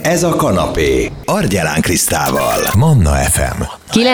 Ez a kanapé. Argyelán Krisztával. Manna FM.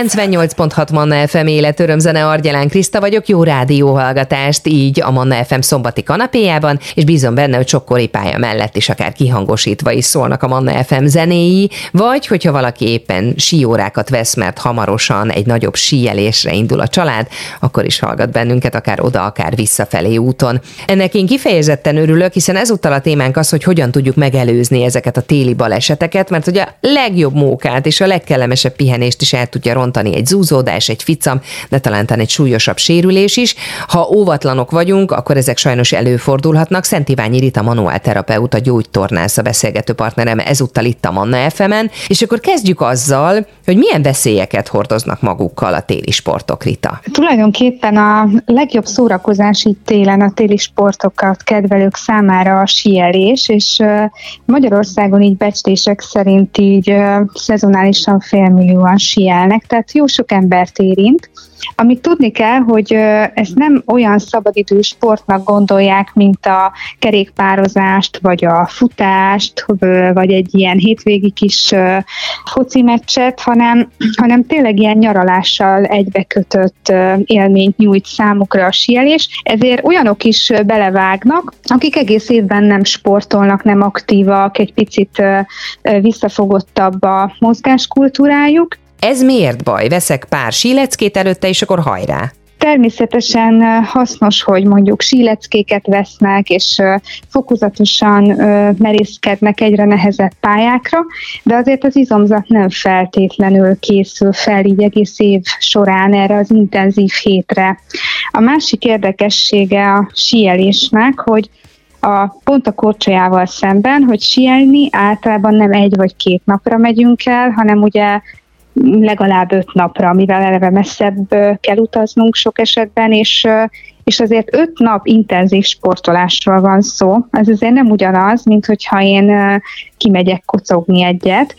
98.6 Manna FM élet, örömzene, Argyelán Kriszta vagyok, jó rádióhallgatást így a Manna FM szombati kanapéjában, és bízom benne, hogy sok koripálya mellett is akár kihangosítva is szólnak a Manna FM zenéi, vagy hogyha valaki éppen síórákat vesz, mert hamarosan egy nagyobb síelésre indul a család, akkor is hallgat bennünket, akár oda, akár visszafelé úton. Ennek én kifejezetten örülök, hiszen ezúttal a témánk az, hogy hogyan tudjuk megelőzni ezeket a téli baleseteket, mert ugye a legjobb mókát és a legkellemesebb pihenést is el tudja rontani egy zúzódás, egy ficam, de talán egy súlyosabb sérülés is. Ha óvatlanok vagyunk, akkor ezek sajnos előfordulhatnak. Szent Iványi Rita manuálterapeuta, gyógytornász a beszélgető partnerem ezúttal itt a Manna FM-en, és akkor kezdjük azzal, hogy milyen veszélyeket hordoznak magukkal a téli sportok, Rita. Tulajdonképpen a legjobb szórakozás itt télen a téli sportokat kedvelők számára a síelés, és Magyarországon így becslések szerint így szezonálisan 500 000 síelnek, tehát jó sok embert érint. Amit tudni kell, hogy ezt nem olyan szabadidős sportnak gondolják, mint a kerékpározást, vagy a futást, vagy egy ilyen hétvégi kis foci meccset, hanem tényleg ilyen nyaralással egybekötött élményt nyújt számukra a síelés. Ezért olyanok is belevágnak, akik egész évben nem sportolnak, nem aktívak, egy picit visszafogottabb a mozgáskultúrájuk. Ez miért baj? Veszek pár síleckét előtte, és akkor hajrá! Természetesen hasznos, hogy mondjuk síleckéket vesznek, és fokozatosan merészkednek egyre nehezebb pályákra, de azért az izomzat nem feltétlenül készül fel így egész év során erre az intenzív hétre. A másik érdekessége a síelésnek, hogy pont a korcsolyával szemben, hogy síelni általában nem 1 vagy 2 napra megyünk el, hanem ugye legalább 5 napra, mivel eleve messzebb kell utaznunk sok esetben, és azért 5 nap intenzív sportolásról van szó. Ez azért nem ugyanaz, mint hogyha én kimegyek kocogni egyet,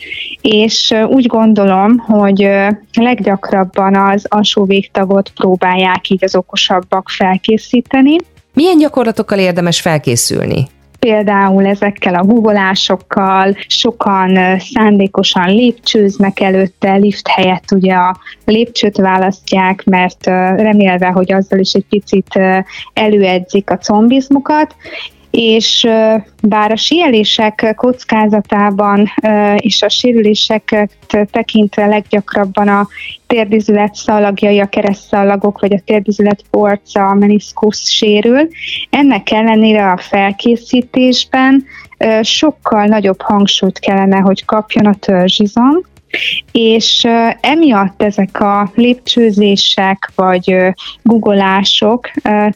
és úgy gondolom, hogy leggyakrabban az alsó végtagot próbálják így az okosabbak felkészíteni. Milyen gyakorlatokkal érdemes felkészülni? Például ezekkel a guggolásokkal, sokan szándékosan lépcsőznek előtte, lift helyett ugye a lépcsőt választják, mert remélve, hogy azzal is egy picit előedzik a combizmukat, és bár a síelések kockázatában és a sérüléseket tekintve leggyakrabban a térdizület szalagjai, a keresztszalagok vagy a térdizület porca, a meniszkusz sérül, ennek ellenére a felkészítésben sokkal nagyobb hangsúlyt kellene, hogy kapjon a törzsizom, és emiatt ezek a lépcsőzések vagy guggolások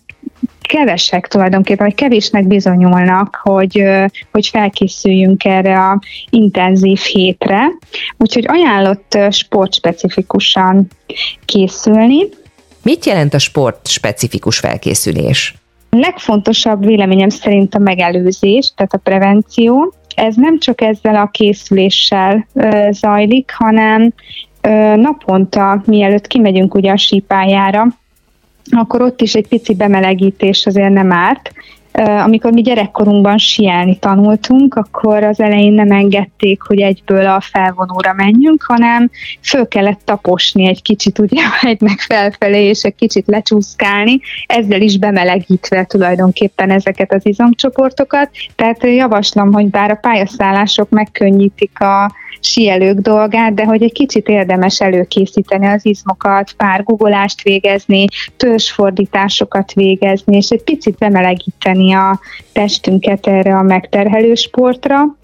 kevesek tulajdonképpen, vagy kevésnek bizonyulnak, hogy felkészüljünk erre a intenzív hétre. Úgyhogy ajánlott sportspecifikusan készülni. Mit jelent a sportspecifikus felkészülés? A legfontosabb véleményem szerint a megelőzés, tehát a prevenció. Ez nem csak ezzel a készüléssel zajlik, hanem naponta, mielőtt kimegyünk ugye a sípályára, akkor ott is egy pici bemelegítés azért nem árt. Amikor mi gyerekkorunkban síelni tanultunk, akkor az elején nem engedték, hogy egyből a felvonóra menjünk, hanem föl kellett taposni egy kicsit ugye a hegynek felfelé, és egy kicsit lecsúszkálni, ezzel is bemelegítve tulajdonképpen ezeket az izomcsoportokat. Tehát javaslom, hogy bár a pályaszállások megkönnyítik a síelők dolgát, de hogy egy kicsit érdemes előkészíteni az izmokat, pár guggolást végezni, törzsfordításokat végezni, és egy picit bemelegíteni a testünket erre a megterhelő sportra.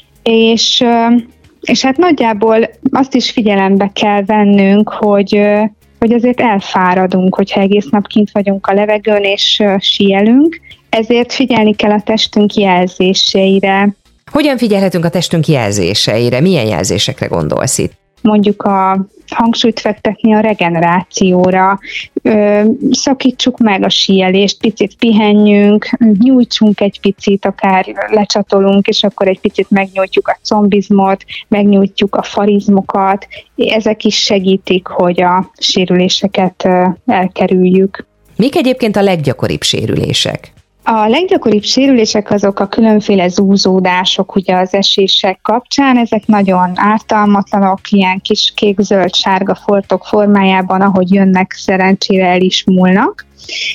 És hát nagyjából azt is figyelembe kell vennünk, hogy azért elfáradunk, hogyha egész nap kint vagyunk a levegőn és síelünk, ezért figyelni kell a testünk jelzéseire. Hogyan figyelhetünk a testünk jelzéseire? Milyen jelzésekre gondolsz itt? Mondjuk a hangsúlyt fektetni a regenerációra, szakítsuk meg a síelést, picit pihenjünk, nyújtsunk egy picit, akár lecsatolunk, és akkor egy picit megnyújtjuk a combizmot, megnyújtjuk a farizmokat. Ezek is segítik, hogy a sérüléseket elkerüljük. Mik egyébként a leggyakoribb sérülések? A leggyakoribb sérülések azok a különféle zúzódások ugye az esések kapcsán, ezek nagyon ártalmatlanok, ilyen kis kék-zöld-sárga foltok formájában, ahogy jönnek, szerencsére el is múlnak.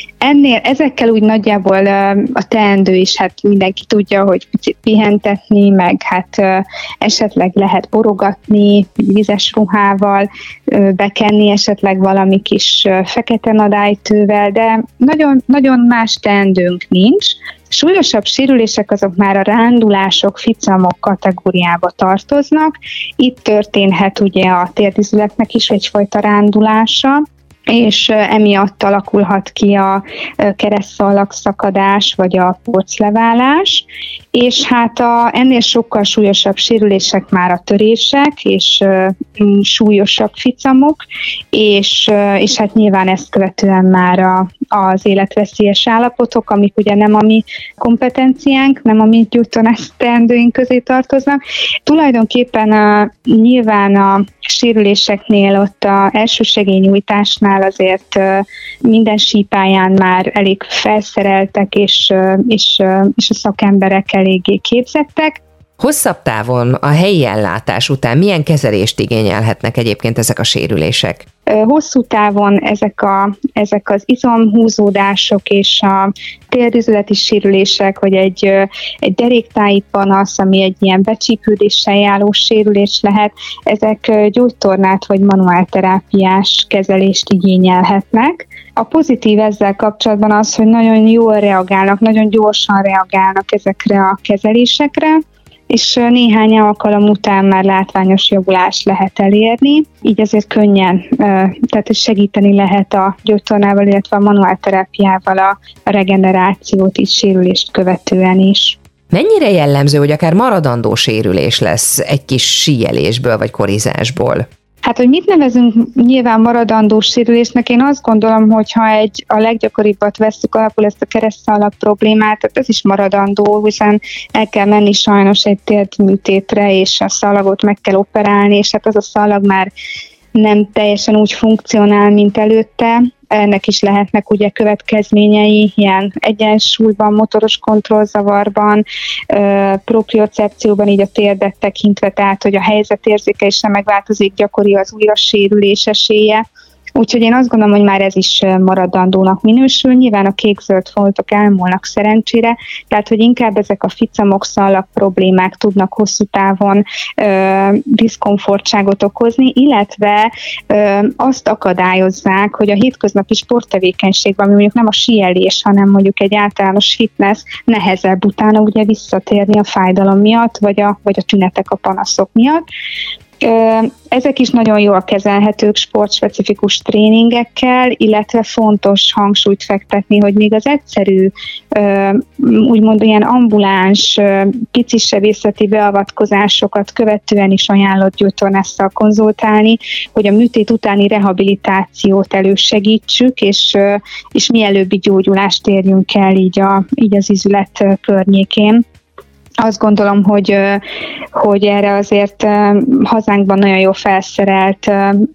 Ezekkel úgy nagyjából a teendő is, hát mindenki tudja, hogy picit pihentetni, meg hát esetleg lehet borogatni, vizes ruhával, bekenni esetleg valami kis fekete nadálytővel, de nagyon, nagyon más teendőnk nincs. Súlyosabb sérülések azok már a rándulások, ficamok kategóriába tartoznak. Itt történhet ugye a térdizületnek is egyfajta rándulása, és emiatt alakulhat ki a keresztszallag szakadás vagy a porcleválás, és hát ennél sokkal súlyosabb sérülések már a törések és súlyosabb ficamok, és hát nyilván ezt követően már az életveszélyes állapotok, amik ugye nem a mi kompetenciánk, nem a mi gyógytornász teendőink közé tartoznak. Tulajdonképpen nyilván a sérüléseknél, ott az elsősegélynyújtásnál azért minden sípályán már elég felszereltek, és a szakemberek eléggé képzettek. Hosszabb távon a helyi ellátás után milyen kezelést igényelhetnek egyébként ezek a sérülések? Hosszú távon ezek az izomhúzódások és a térdizületi sérülések, vagy egy deréktáji panasz, ami egy ilyen becsípődéssel járó sérülés lehet, ezek gyógytornát vagy manuálterápiás kezelést igényelhetnek. A pozitív ezzel kapcsolatban az, hogy nagyon jól reagálnak, nagyon gyorsan reagálnak ezekre a kezelésekre, és néhány alkalom után már látványos javulást lehet elérni, így azért könnyen, tehát segíteni lehet a gyógytornával, illetve a manuálterápiával a regenerációt is, sérülést követően is. Mennyire jellemző, hogy akár maradandó sérülés lesz egy kis síelésből vagy korizásból? Hát, hogy mit nevezünk nyilván maradandó sérülésnek, én azt gondolom, hogy ha a leggyakoribbat vesszük alapul ezt a keresztszallag problémát, tehát ez is maradandó, hiszen el kell menni sajnos egy térdműtétre, és a szalagot meg kell operálni, és hát az a szalag már nem teljesen úgy funkcionál, mint előtte. Ennek is lehetnek ugye következményei, ilyen egyensúlyban, motoros kontrollzavarban, propriocepcióban, így a térdet tekintve, tehát hogy a helyzetérzékelése megváltozik, gyakori az újrasérülés esélye. Úgyhogy én azt gondolom, hogy már ez is maradandónak minősül. Nyilván a kék-zöld foltok elmúlnak szerencsére, tehát hogy inkább ezek a ficamok, szallag problémák tudnak hosszú távon diszkomfortságot okozni, illetve azt akadályozzák, hogy a hétköznapi sporttevékenységben, ami mondjuk nem a síelés, hanem mondjuk egy általános fitness, nehezebb utána ugye visszatérni a fájdalom miatt, vagy a tünetek, a panaszok miatt. Ezek is nagyon jól kezelhetők sportspecifikus tréningekkel, illetve fontos hangsúlyt fektetni, hogy még az egyszerű, úgymond ilyen ambuláns, pici sebészeti beavatkozásokat követően is ajánlott gyógytornásszal konzultálni, hogy a műtét utáni rehabilitációt elősegítsük, és mielőbbi gyógyulást érjünk el így az izület környékén. Azt gondolom, hogy erre azért hazánkban nagyon jó felszerelt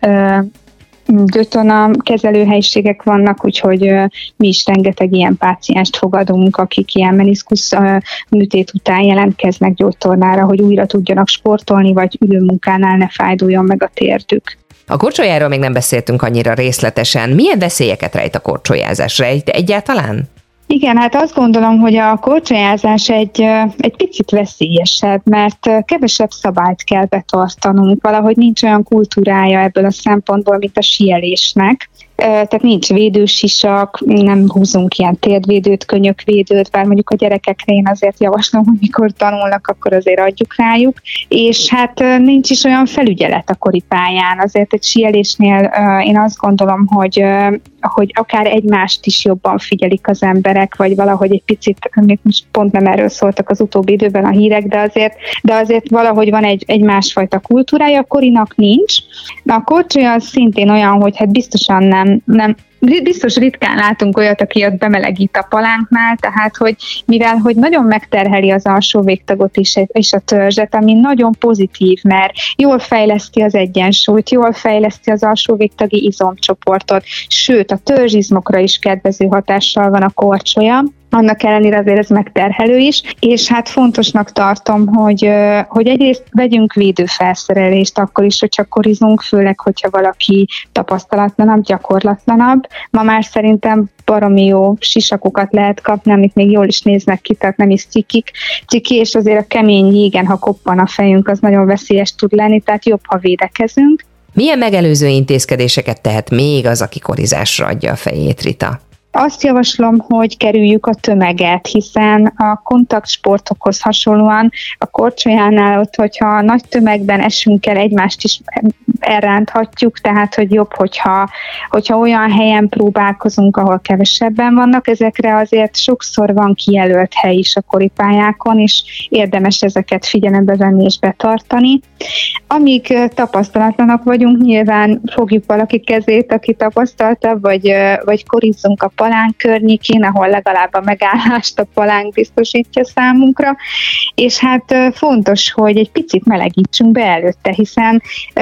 gyógytorna kezelőhelyiségek vannak, úgyhogy mi is rengeteg ilyen pácienst fogadunk, akik ilyen meniszkusz műtét után jelentkeznek gyógytornára, hogy újra tudjanak sportolni, vagy ülőmunkánál ne fájduljon meg a térdük. A korcsolyáról még nem beszéltünk annyira részletesen. Milyen veszélyeket rejt a korcsolyázás? Rejt egyáltalán? Igen, hát azt gondolom, hogy a korcsolyázás egy picit veszélyesebb, mert kevesebb szabályt kell betartanunk, valahogy nincs olyan kultúrája ebből a szempontból, mint a síelésnek. Tehát nincs védősisak, nem húzunk ilyen térdvédőt, könyökvédőt, bár mondjuk a gyerekekre én azért javaslom, hogy mikor tanulnak, akkor azért adjuk rájuk, és hát nincs is olyan felügyelet a koripályán. Azért egy síelésnél én azt gondolom, hogy akár egymást is jobban figyelik az emberek, vagy valahogy egy picit, most pont nem erről szóltak az utóbbi időben a hírek, de azért valahogy van egy másfajta kultúrája, a korinak nincs. A korcsolya az szintén olyan, hogy hát biztosan biztos ritkán látunk olyat, aki ott bemelegít a palánknál, tehát hogy mivel hogy nagyon megterheli az alsó végtagot is, és a törzset, ami nagyon pozitív, mert jól fejleszti az egyensúlyt, jól fejleszti az alsó végtagi izomcsoportot, sőt a törzsizmokra is kedvező hatással van a korcsolya. Annak ellenére azért ez megterhelő is, és hát fontosnak tartom, hogy egyrészt vegyünk védőfelszerelést akkor is, hogyha korizunk, főleg, hogyha valaki tapasztalatlanabb, gyakorlatlanabb. Ma már szerintem baromi jó sisakokat lehet kapni, amik még jól is néznek ki, tehát nem is ciki, és azért a kemény jégen, ha koppan a fejünk, az nagyon veszélyes tud lenni, tehát jobb, ha védekezünk. Milyen megelőző intézkedéseket tehet még az, aki korizásra adja a fejét, Rita? Azt javaslom, hogy kerüljük a tömeget, hiszen a kontaktsportokhoz hasonlóan a korcsolyánál ott, hogyha nagy tömegben esünk el, egymást is elránthatjuk, tehát hogy jobb, hogyha olyan helyen próbálkozunk, ahol kevesebben vannak, ezekre azért sokszor van kijelölt hely is a koripályákon, és érdemes ezeket figyelembe venni és betartani. Amíg tapasztalatlanak vagyunk, nyilván fogjuk valaki kezét, aki tapasztaltabb, vagy korizzunk a palánk környékén, ahol legalább a megállást a palánk biztosítja számunkra, és hát fontos, hogy egy picit melegítsünk be előtte, hiszen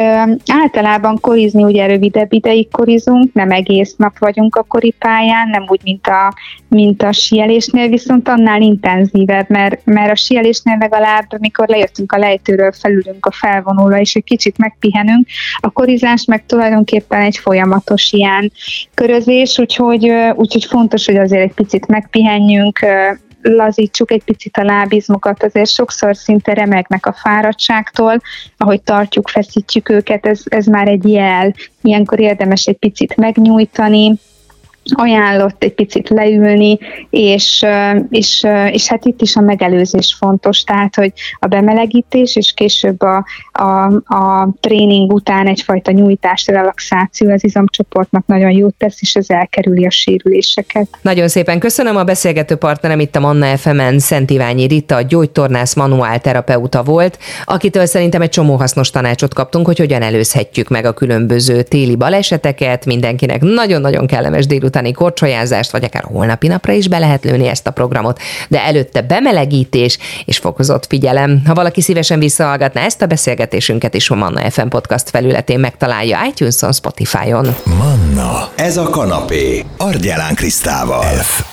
általában korizni ugye rövidebb ideig korizunk, nem egész nap vagyunk a koripályán, nem úgy, mint a síelésnél, viszont annál intenzívebb, mert a síelésnél legalább, amikor lejöttünk a lejtőről, felülünk a felvonóra, és egy kicsit megpihenünk, a korizás meg tulajdonképpen egy folyamatos ilyen körözés, úgyhogy fontos, hogy azért egy picit megpihenjünk, lazítsuk egy picit a lábizmokat, azért sokszor szinte remegnek a fáradtságtól, ahogy tartjuk, feszítjük őket, ez már egy jel. Ilyenkor érdemes egy picit megnyújtani, ajánlott egy picit leülni, és hát itt is a megelőzés fontos, tehát, hogy a bemelegítés, és később a tréning után egyfajta nyújtás, relaxáció az izomcsoportnak nagyon jót tesz, és ez elkerüli a sérüléseket. Nagyon szépen köszönöm, a beszélgető partnerem itt a Manna FM-en Szent Iványi Rita, gyógytornász, manuálterapeuta volt, akitől szerintem egy csomó hasznos tanácsot kaptunk, hogy hogyan előzhetjük meg a különböző téli baleseteket. Mindenkinek nagyon-nagyon kellemes délutáni korcsolyázást, vagy akár holnapi napra is be lehet lőni ezt a programot, de előtte bemelegítés és fokozott figyelem. Ha valaki szívesen visszahallgatná ezt a beszélgetésünket is, a Manna FM podcast felületén megtalálja, iTunes-on, Spotify-on. Manna, ez a kanapé, Argyelán Krisztával.